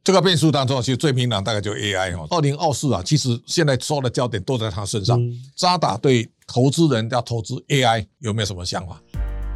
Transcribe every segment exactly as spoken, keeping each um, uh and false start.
这个变数当中，其实最明朗大概就 A I 哈。二零二四啊，其实现在所有的焦点都在它身上。嗯、渣打对投资人要投资 A I 有没有什么想法？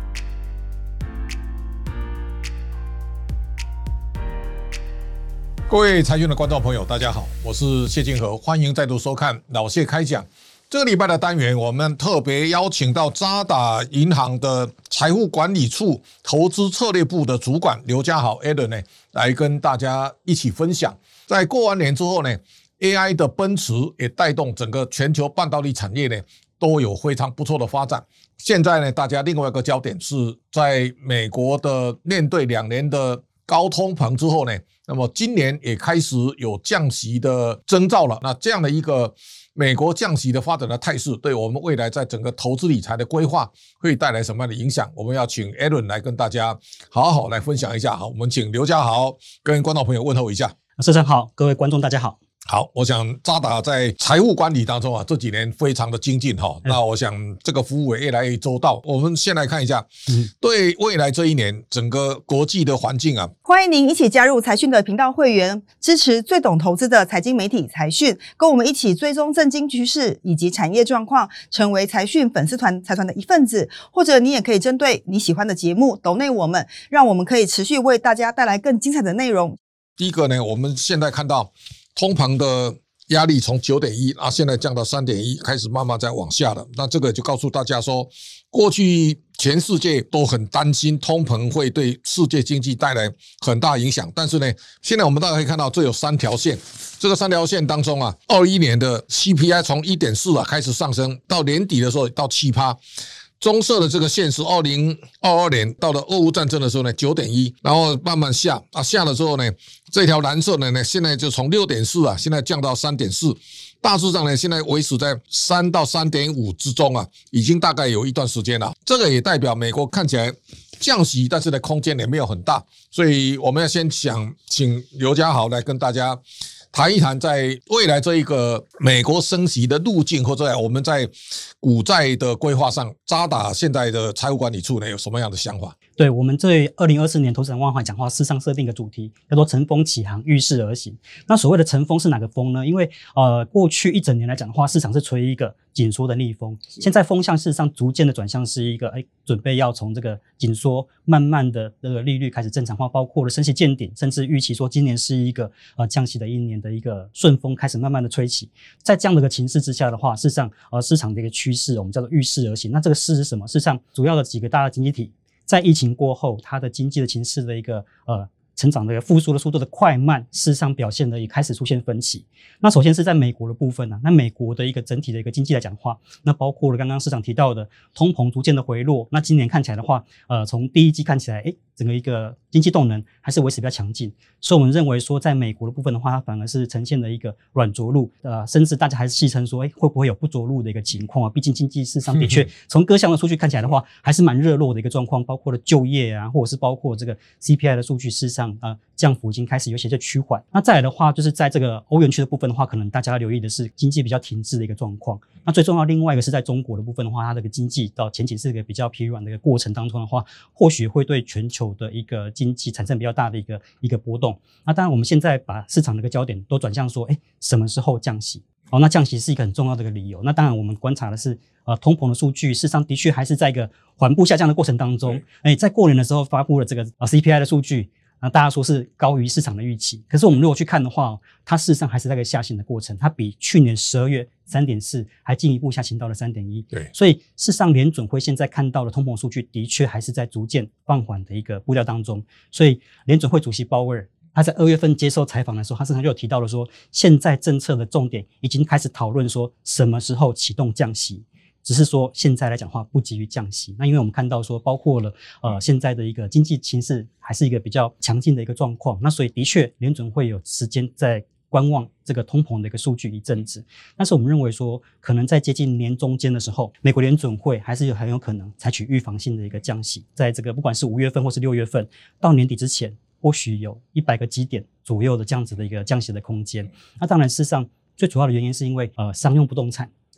各位财讯的观众朋友，大家好，我是谢金河，欢迎再度收看老谢开讲。这个礼拜的单元，我们特别邀请到渣打银行的财富管理处投资策略部的主管刘家豪 Alan 呢，来跟大家一起分享。在过完年之后呢 ，A I 的奔驰也带动整个全球半导体产业呢都有非常不错的发展。现在呢，大家另外一个焦点是在美国的面对两年的高通膨之后呢，那么今年也开始有降息的征兆了。那这样的一个美国降息的发展的态势，对我们未来在整个投资理财的规划会带来什么样的影响？我们要请 Alan 来跟大家好好来分享一下。好，我们请刘家豪跟观众朋友问候一下。 社长好，各位观众大家好。 好，我想渣打在财务管理当中啊，这几年非常的精进哈。那我想这个服务也越来越周到。我们先来看一下，对未来这一年整个国际的环境啊， 欢迎您一起加入财讯的频道会员，支持最懂投资的财经媒体财讯，跟我们一起追踪政经趋势以及产业状况，成为财讯粉丝团财团的一份子。或者你也可以针对你喜欢的节目抖内我们，让我们可以持续为大家带来更精彩的内容。 第一个呢，我们现在看到通膨的压力从 九点一 啊，现在降到 三点一， 开始慢慢在往下了。那这个就告诉大家说，过去全世界都很担心通膨会对世界经济带来很大影响，但是呢，现在我们大家可以看到这有三条线，这个三条线当中啊，二十一年的 C P I 从 一点四 啊开始上升，到年底的时候到 百分之七。棕色的这个线是二零二二年到了俄乌战争的时候呢 九点一， 然后慢慢下啊，下了之后呢，这条蓝色的呢现在就从 六点四 啊现在降到 三点四， 大致上呢现在维持在三到三点五 之中啊，已经大概有一段时间了。这个也代表美国看起来降息，但是呢空间也没有很大，所以我们要先想请刘家豪来跟大家谈一谈在未来这一个美国升息的路径，或者我们在股债的规划上，渣打现在的财务管理处呢有什么样的想法？ 对，我们对二零二四年投资展望讲话事实上设定一个主题叫做乘风起航，遇势而行。那所谓的乘风是哪个风呢？因为呃过去一整年来讲的话，市场是吹一个紧缩的逆风，现在风向事实上逐渐的转向是一个哎准备要从这个紧缩慢慢的这个利率开始正常化，包括了升息见顶，甚至预期说今年是一个呃降息的一年的一个顺风开始慢慢的吹起。在这样的一个情势之下的话，事实上呃市场的一个趋势我们叫做遇势而行。那这个势是什么？事实上主要的几个大的经济体在疫情过后，它的经济的情势的一个呃成长的一个复苏的速度的快慢，事实上表现的也开始出现分歧。那首先是在美国的部分呢、啊，那美国的一个整体的一个经济来讲的话，那包括了刚刚市场提到的通膨逐渐的回落。那今年看起来的话，呃，从第一季看起来，诶，整个一个经济动能还是维持比较强劲，所以我们认为说，在美国的部分的话，它反而是呈现了一个软着陆，呃，甚至大家还是戏称说，诶，会不会有不着陆的一个情况啊？毕竟经济事实上的确从各项的数据看起来的话，还是蛮热络的一个状况，包括了就业啊，或者是包括这个 C P I 的数据，事实上啊、呃，降幅已经开始有些在趋缓。那再来的话，就是在这个欧元区的部分的话，可能大家要留意的是经济比较停滞的一个状况。那最重要另外一个是在中国的部分的话，它这个经济到前景是一个比较疲软的一个过程当中的话，或许会对全球的一个经济产生比较大的一个一个波动。那当然我们现在把市场的一个焦点都转向说，诶，什么时候降息？哦，那降息是一个很重要的一个理由。那当然我们观察的是呃通膨的数据，事实上的确还是在一个缓步下降的过程当中。诶，在过年的时候发布了这个呃 C P I 的数据，那大家说是高于市场的预期，可是我们如果去看的话，它事实上还是在一个下行的过程，它比去年十二月 三点四 还进一步下行到了 三点一。对，所以事实上联准会现在看到的通膨数据的确还是在逐渐放缓的一个步调当中。所以联准会主席鲍威尔他在二月份接受采访的时候，他身上就有提到了说，现在政策的重点已经开始讨论说什么时候启动降息。只是说现在来讲的话不急于降息。那因为我们看到说包括了呃现在的一个经济形势还是一个比较强劲的一个状况，那所以的确联准会有时间在观望这个通膨的一个数据一阵子。但是我们认为说可能在接近年中间的时候，美国联准会还是有很有可能采取预防性的一个降息，在这个不管是五月份或是六月份到年底之前，或许有一百个基点左右的这样子的一个降息的空间。那当然事实上最主要的原因是因为呃商用不动产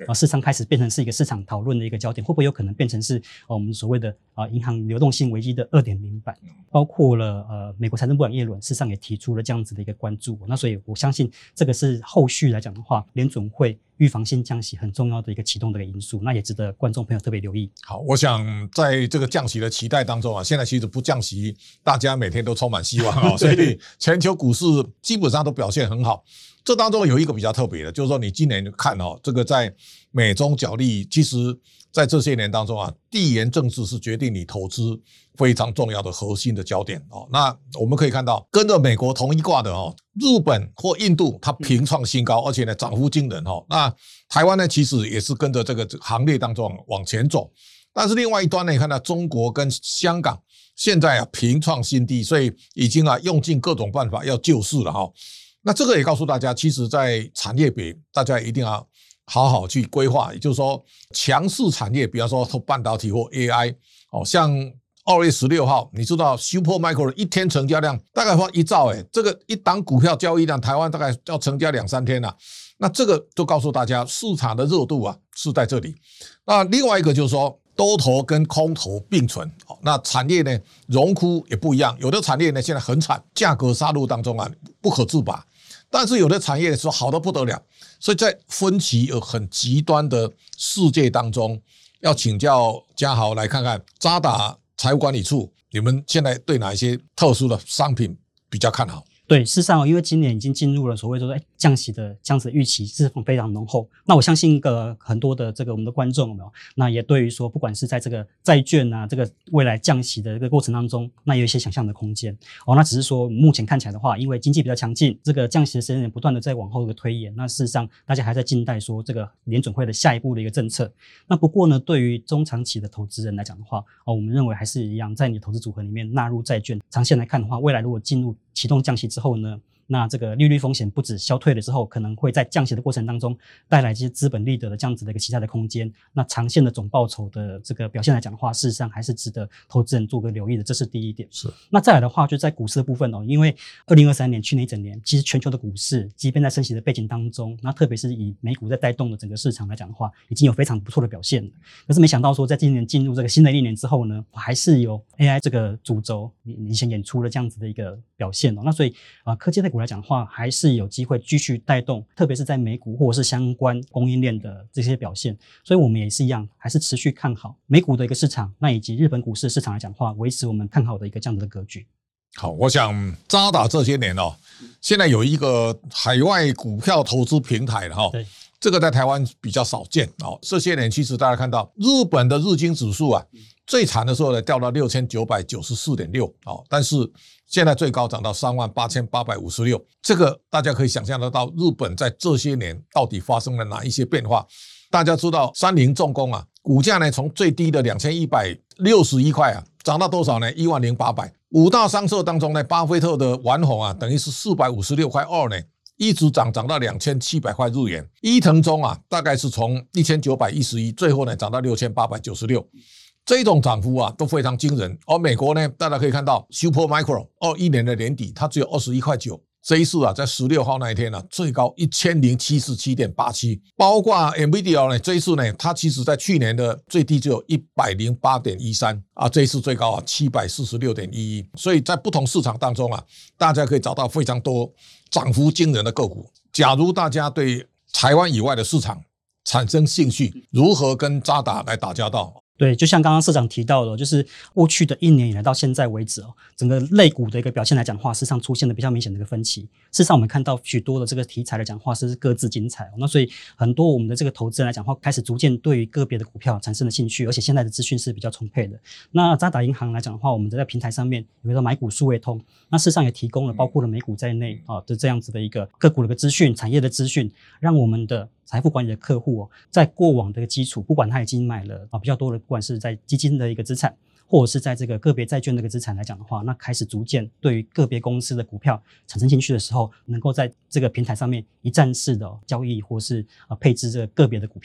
啊，市场开始变成是一个市场讨论的一个焦点，会不会有可能变成是呃我们所谓的啊银行流动性危机的 二点零 版？包括了呃美国财政部长耶伦，事实上也提出了这样子的一个关注。那所以我相信这个是后续来讲的话，联准会预防性降息很重要的一个启动的一个因素，那也值得观众朋友特别留意。 好，我想在这个降息的期待当中啊，现在其实不降息，大家每天都充满希望啊、哦，所以全球股市基本上都表现很好。这当中有一个比较特别的，就是说你今年看哦，这个在美中角力，其实在这些年当中啊，地缘政治是决定你投资非常重要的核心的焦点哦。那我们可以看到，跟着美国同一挂的哦，日本或印度它平创新高，而且呢涨幅惊人哦。那台湾呢，其实也是跟着这个行列当中往前走。但是另外一端呢，你看到中国跟香港现在啊平创新低，所以已经啊用尽各种办法要救市了哈。那这个也告诉大家，其实在产业别，大家一定要好好去规划，也就是说强势产业，比方说半导体或 A I 哦，像二月十六号，你知道 Supermicro 一天成交量大概花一兆诶，这个一档股票交易量，台湾大概要成交两三天了。那这个就告诉大家，市场的热度啊是在这里。那另外一个就是说，多头跟空头并存，那产业呢荣枯也不一样，有的产业呢现在很惨，价格杀戮当中啊不可自拔，但是有的产业是好得不得了，所以在分歧有很极端的世界当中，要请教嘉豪来看看渣打财务管理处，你们现在对哪一些特殊的商品比较看好？ 对，事实上，因为今年已经进入了所谓说，哎，降息的这样子的预期是非常浓厚。那我相信，个很多的这个我们的观众有没有？那也对于说，不管是在这个债券啊，这个未来降息的这个过程当中，那也有一些想象的空间。哦，那只是说目前看起来的话，因为经济比较强劲，这个降息的时间点不断的在往后的推延。那事实上，大家还在静待说这个联准会的下一步的一个政策。那不过呢，对于中长期的投资人来讲的话，哦，我们认为还是一样，在你的投资组合里面纳入债券。长线来看的话，未来如果进入启动降息之后呢，那这个利率风险不止消退了之后，可能会在降息的过程当中带来一些资本利得的这样子的一个期待的空间。那长线的总报酬的这个表现来讲的话，事实上还是值得投资人做个留意的，这是第一点。 是。 那再来的话，就在股市的部分哦，因为二零二三年去年一整年，其实全球的股市，即便在升息的背景当中，那特别是以美股在带动的整个市场来讲的话，已经有非常不错的表现了。可是没想到说，在今年进入这个新的一年之后呢，还是有 A I 这个主轴明显演出了这样子的一个表现哦。那所以啊、呃，科技类股来讲的话，还是有机会继续带动，特别是在美股或者是相关供应链的这些表现。所以我们也是一样，还是持续看好美股的一个市场，那以及日本股市市场来讲的话，维持我们看好的一个这样子的格局。 好，我想渣打这些年哦，现在有一个海外股票投资平台了哈， 对， 这个在台湾比较少见哦。这些年其实大家看到日本的日经指数啊，最惨的时候呢掉到六千九百九十四点六哦，但是现在最高涨到三万八千八百五十六，这个大家可以想象得到，日本在这些年到底发生了哪一些变化？大家知道三菱重工啊，股价呢从最低的两千一百六十一块啊，涨到多少呢？一万零八百。五大商社当中呢，巴菲特的丸红啊，等于是四百五十六块二呢，一直涨涨到两千七百块日元。伊藤忠啊，大概是从一千九百一十一，最后呢涨到六千八百九十六。这种涨幅啊都非常惊人。而美国呢，大家可以看到 Supermicro 二一年的年底它只有二十一块九，这一次啊在十六号那一天啊最高 一千零七十七点八七， 包括 Nvidia 呢，这一次呢它其实在去年的最低只有 一百零八点一三 啊，这一次最高啊 七百四十六点一一， 所以在不同市场当中啊，大家可以找到非常多涨幅惊人的个股。假如大家对台湾以外的市场产生兴趣，如何跟渣打来打交道？ 对，就像刚刚社长提到的，就是过去的一年以来到现在为止哦，整个类股的一个表现来讲的话，事实上出现了比较明显的一个分歧。事实上，我们看到许多的这个题材来讲的话，是各自精彩哦。那所以很多我们的这个投资人来讲的话，开始逐渐对于个别的股票产生了兴趣，而且现在的资讯是比较充沛的。那渣打银行来讲的话，我们在平台上面有一个买股数位通，那事实上也提供了包括了美股在内啊的这样子的一个个股的一个资讯、产业的资讯，让我们的财富管理的客户哦，在过往的基础，不管他已经买了啊比较多的，不管是在基金的一个资产，或者是在这个个别债券的一个资产来讲的话，那开始逐渐对于个别公司的股票产生兴趣的时候，能够在这个平台上面一站式的、哦、交易或是、呃、配置这个个别的股票。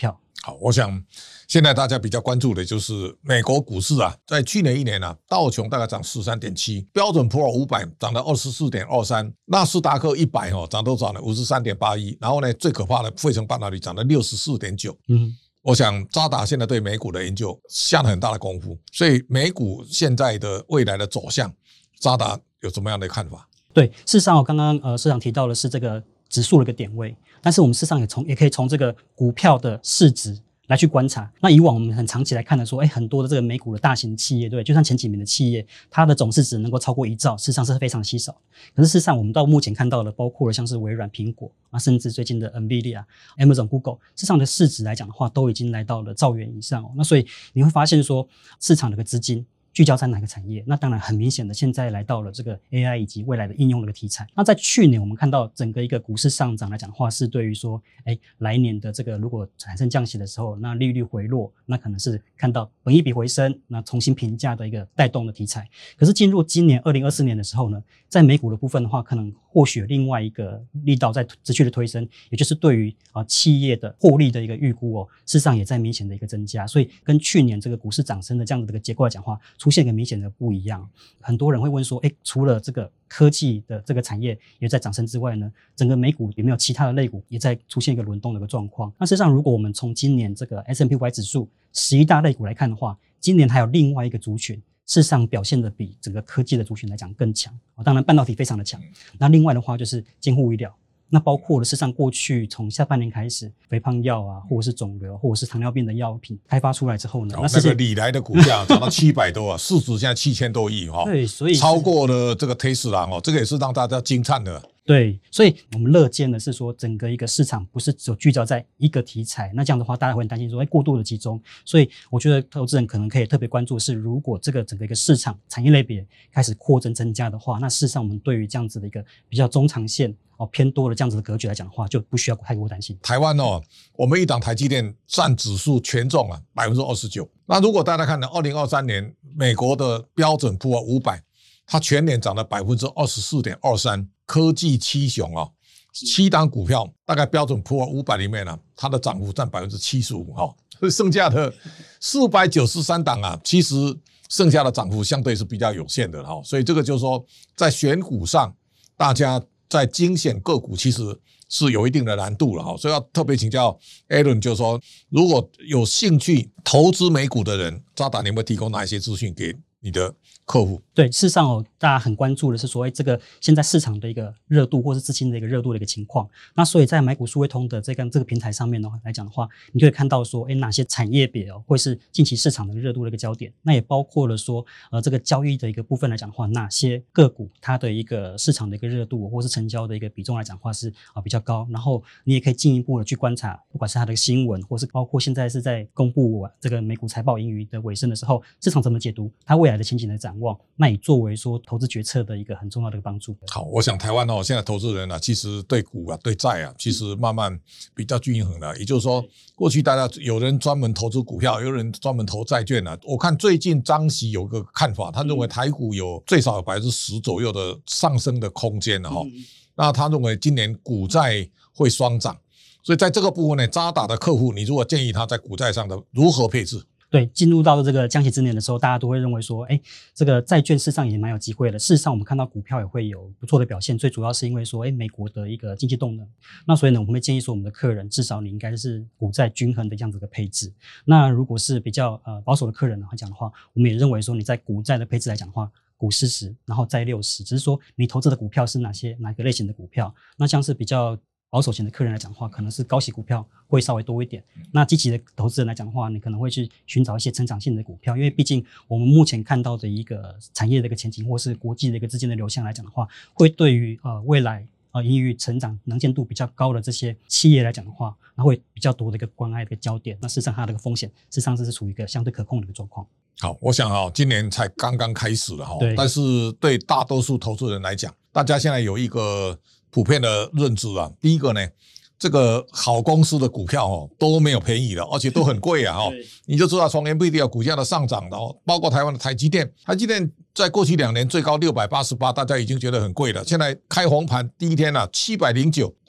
好，我想现在大家比较关注的就是美国股市啊，在去年一年啊，道琼大概涨 十三点七， 标准普尔五百涨了 二十四点二三， 纳斯达克一百哦涨都涨了 五十三点八一， 然后呢最可怕的费城半导体涨了 六十四点九。 嗯，我想渣打现在对美股的研究下了很大的功夫，所以美股现在的未来的走向，渣打有什么样的看法？ 对，事实上我刚刚呃市长提到的是这个指数的一个点位，但是我们事实上也从也可以从这个股票的市值来去观察。那以往我们很长期来看的说，哎，很多的这个美股的大型企业，对，就像前几名的企业，它的总市值能够超过一兆，事实上是非常稀少。可是事实上，我们到目前看到的，包括了像是微软、苹果啊，甚至最近的 Nvidia、Amazon、Google， 事实上的市值来讲的话，都已经来到了兆元以上哦。那所以你会发现说，市场的一个资金聚焦在哪个产业？那当然很明显的，现在来到了这个 A I 以及未来的应用的一个题材。那在去年我们看到整个一个股市上涨来讲的话，是对于说，哎，来年的这个如果产生降息的时候，那利率回落，那可能是看到本益比回升，那重新评价的一个带动的题材。可是进入今年二零二四年的时候呢，在美股的部分的话，可能或许有另外一个力道在持续的推升，也就是对于啊、呃、企业的获利的一个预估哦，事实上也在明显的一个增加。所以跟去年这个股市涨升的这样的一个结构来讲的话，出现一个明显的不一样。很多人会问说，哎，除了这个科技的这个产业也在涨升之外呢，整个美股有没有其他的类股也在出现一个轮动的一个状况？那事实上，如果我们从今年这个 S and P 五百 指数十一大类股来看的话，今年还有另外一个族群，事实上表现的比整个科技的族群来讲更强。当然，半导体非常的强。那另外的话就是监护医疗。那包括了事实上过去从下半年开始，肥胖药啊，或者是肿瘤，或者是糖尿病的药品开发出来之后呢， 哦、那, 那个李来的股价涨到七百多啊，市值现在七千多亿哈、哦， 对，所以超过了这个 Tesla 哦，这个也是让大家惊叹的。 对，所以我们乐见的是说，整个一个市场不是只有聚焦在一个题材，那这样的话，大家会很担心说，哎，过度的集中。所以我觉得投资人可能可以特别关注的是，如果这个整个一个市场产业类别开始扩增增加的话，那事实上我们对于这样子的一个比较中长线哦偏多的这样子的格局来讲的话，就不需要太过担心。 台湾哦，我们一档台积电占指数权重啊百分之二十九。那如果大家看呢，二零二三年美国的标准普尔五百，它全年涨了百分之二十四点二三。科技七雄哦，七档股票大概标准普尔五百里面呢、啊，它的涨幅占百分之七十五哈，剩下的四百九十三档啊，其实剩下的涨幅相对是比较有限的哈，所以这个就是说，在选股上，大家在精选个股其实是有一定的难度了哈，所以要特别请教 Aaron， 就是说，如果有兴趣投资美股的人，渣打你会提供哪一些资讯给你的客户？ 对，事实上哦，大家很关注的是说，哎，这个现在市场的一个热度，或是资金的一个热度的一个情况。那所以在买股数位通的这个这个平台上面呢来讲的话，你可以看到说，哎，哪些产业别哦会是近期市场的热度的一个焦点。那也包括了说，呃，这个交易的一个部分来讲的话，哪些个股它的一个市场的一个热度，或是成交的一个比重来讲的话是啊比较高。然后你也可以进一步的去观察，不管是它的新闻，或是包括现在是在公布这个美股财报盈余的尾声的时候，市场怎么解读它未来的前景的展望，那也作为说投资决策的一个很重要的一个帮助。 好，我想台湾哦，现在投资人啊，其实对股啊、对债啊，其实慢慢比较均衡了。也就是说，过去大家有人专门投资股票，有人专门投债券啊。我看最近张喜有个看法，他认为台股有最少有百分之十左右的上升的空间了哈。那他认为今年股债会双涨，所以在这个部分呢，渣打的客户，你如果建议他在股债上的如何配置？ 对，进入到这个降息之年的时候，大家都会认为说，哎，这个债券市场也蛮有机会的。事实上，我们看到股票也会有不错的表现，最主要是因为说，哎，美国的一个经济动能。那所以呢，我们会建议说，我们的客人至少你应该是股债均衡的这样子的配置。那如果是比较呃保守的客人来讲的话，我们也认为说，你在股债的配置来讲的话，股四十，然后债六十，只是说你投资的股票是哪些哪个类型的股票。那像是比较保守型的客人来讲的话，可能是高息股票会稍微多一点。那积极的投资人来讲的话，你可能会去寻找一些成长性的股票，因为毕竟我们目前看到的一个产业的一个前景，或是国际的一个资金的流向来讲的话，会对于呃未来呃盈余成长能见度比较高的这些企业来讲的话，那会比较多的一个关爱的一个焦点。那事实上它的一个风险，事实上这是处于一个相对可控的一个状况。 好，我想啊，今年才刚刚开始了哈，但是对大多数投资人来讲，大家现在有一个普遍的认知啊，第一个呢，这个好公司的股票哦都没有便宜了，而且都很贵啊哦，你就知道从 Nvidia 股价的上涨的哦，包括台湾的台积电，台积电在过去两年最高六百八十八，大家已经觉得很贵了，现在开红盘第一天啊七百零九，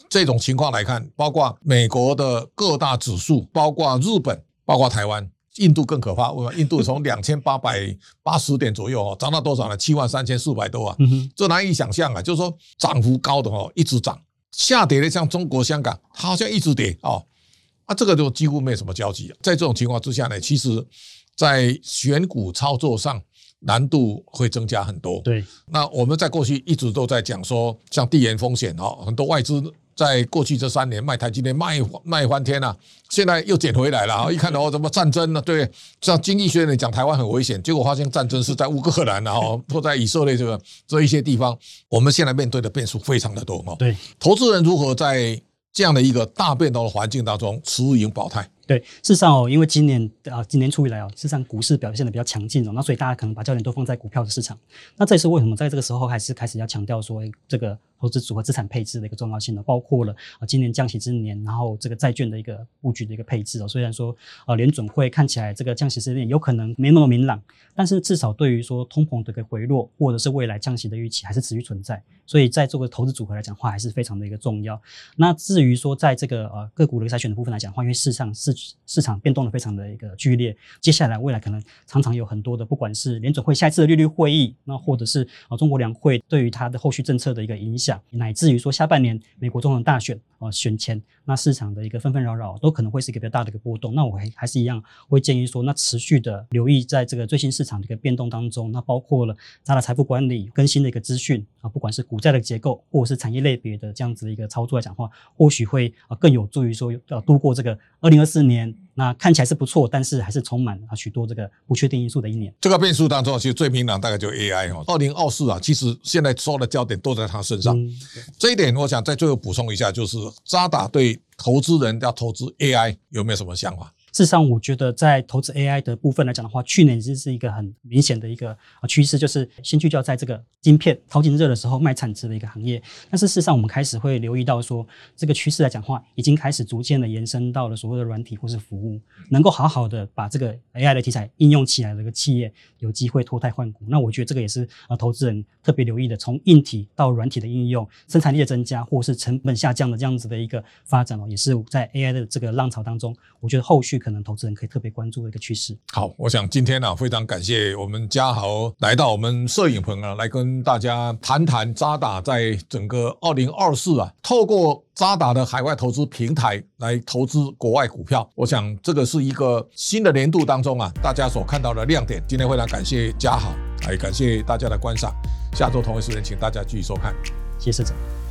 这种情况来看，包括美国的各大指数，包括日本，包括台湾。印度更可怕，印度从两千八百八十点左右哦，涨到多少呢？七万三千四百多啊， 嗯、 这难以想象啊！就是说涨幅高的哦，一直涨，下跌的像中国香港，它好像一直跌哦，啊，这个就几乎没有什么交集。在这种情况之下呢，其实在选股操作上难度会增加很多。 对， 那我们在过去一直都在讲说，像地缘风险哦，很多外资在过去这三年卖台积电卖卖翻天啊，现在又捡回来了。一看到什么战争呢？对，像经济学人讲台湾很危险，结果发现战争是在乌克兰啊，或在以色列这个这一些地方，我们现在面对的变数非常的多哦。 对， 投资人如何在这样的一个大变动的环境当中持盈保泰？ 对，事实上哦，因为今年啊，今年初以来哦，事实上股市表现的比较强劲哦，那所以大家可能把焦点都放在股票的市场。那这也是为什么在这个时候还是开始要强调说这个投资组合资产配置的一个重要性呢？包括了啊，今年降息之年，然后这个债券的一个布局的一个配置哦。虽然说呃联准会看起来这个降息时间有可能没那么明朗，但是至少对于说通膨的一个回落，或者是未来降息的预期还是持续存在。所以在这个投资组合来讲的话，还是非常的一个重要。那至于说在这个呃个股的筛选的部分来讲的话，因为市场市市场变动的非常的一个剧烈，接下来未来可能常常有很多的，不管是联准会下一次的利率会议，那或者是呃中国两会对于它的后续政策的一个影响，乃至于说下半年美国总统大选呃选前，那市场的一个纷纷扰扰都可能会是一个比较大的一个波动。那我还还是一样会建议说，那持续的留意在这个最新市场的一个变动当中，那包括了它的财富管理更新的一个资讯啊，不管是股债的结构或者是产业类别的这样子的一个操作来讲的话，或许会呃更有助于说呃度过这个二零二四年。那看起来是不错，但是还是充满了许多这个不确定因素的一年。 这个变数当中，其实最明朗大概就 A I 哈。二零二四啊，其实现在所有的焦点都在它身上。嗯、这一点，我想在最后补充一下，就是渣打对投资人要投资 A I 有没有什么想法？ 事实上，我觉得在投资 A I 的部分来讲的话，去年其实是一个很明显的一个趋势，就是先聚焦在这个晶片超级热的时候卖产值的一个行业。但是事实上，我们开始会留意到说，这个趋势来讲的话，已经开始逐渐的延伸到了所谓的软体或是服务，能够好好的把这个 A I 的题材应用起来的一个企业，有机会脱胎换骨。那我觉得这个也是呃投资人特别留意的，从硬体到软体的应用，生产力的增加或是成本下降的这样子的一个发展哦，也是在 A I 的这个浪潮当中，我觉得后续可能投资人可以特别关注的一个趋势。 好，我想今天啊，非常感谢我们嘉豪来到我们摄影棚啊，来跟大家谈谈渣打在整个二零二四啊，透过渣打的海外投资平台来投资国外股票。我想这个是一个新的年度当中啊，大家所看到的亮点。今天非常感谢嘉豪，也感谢大家的观赏。下周同一时间，请大家继续收看。 谢谢社长。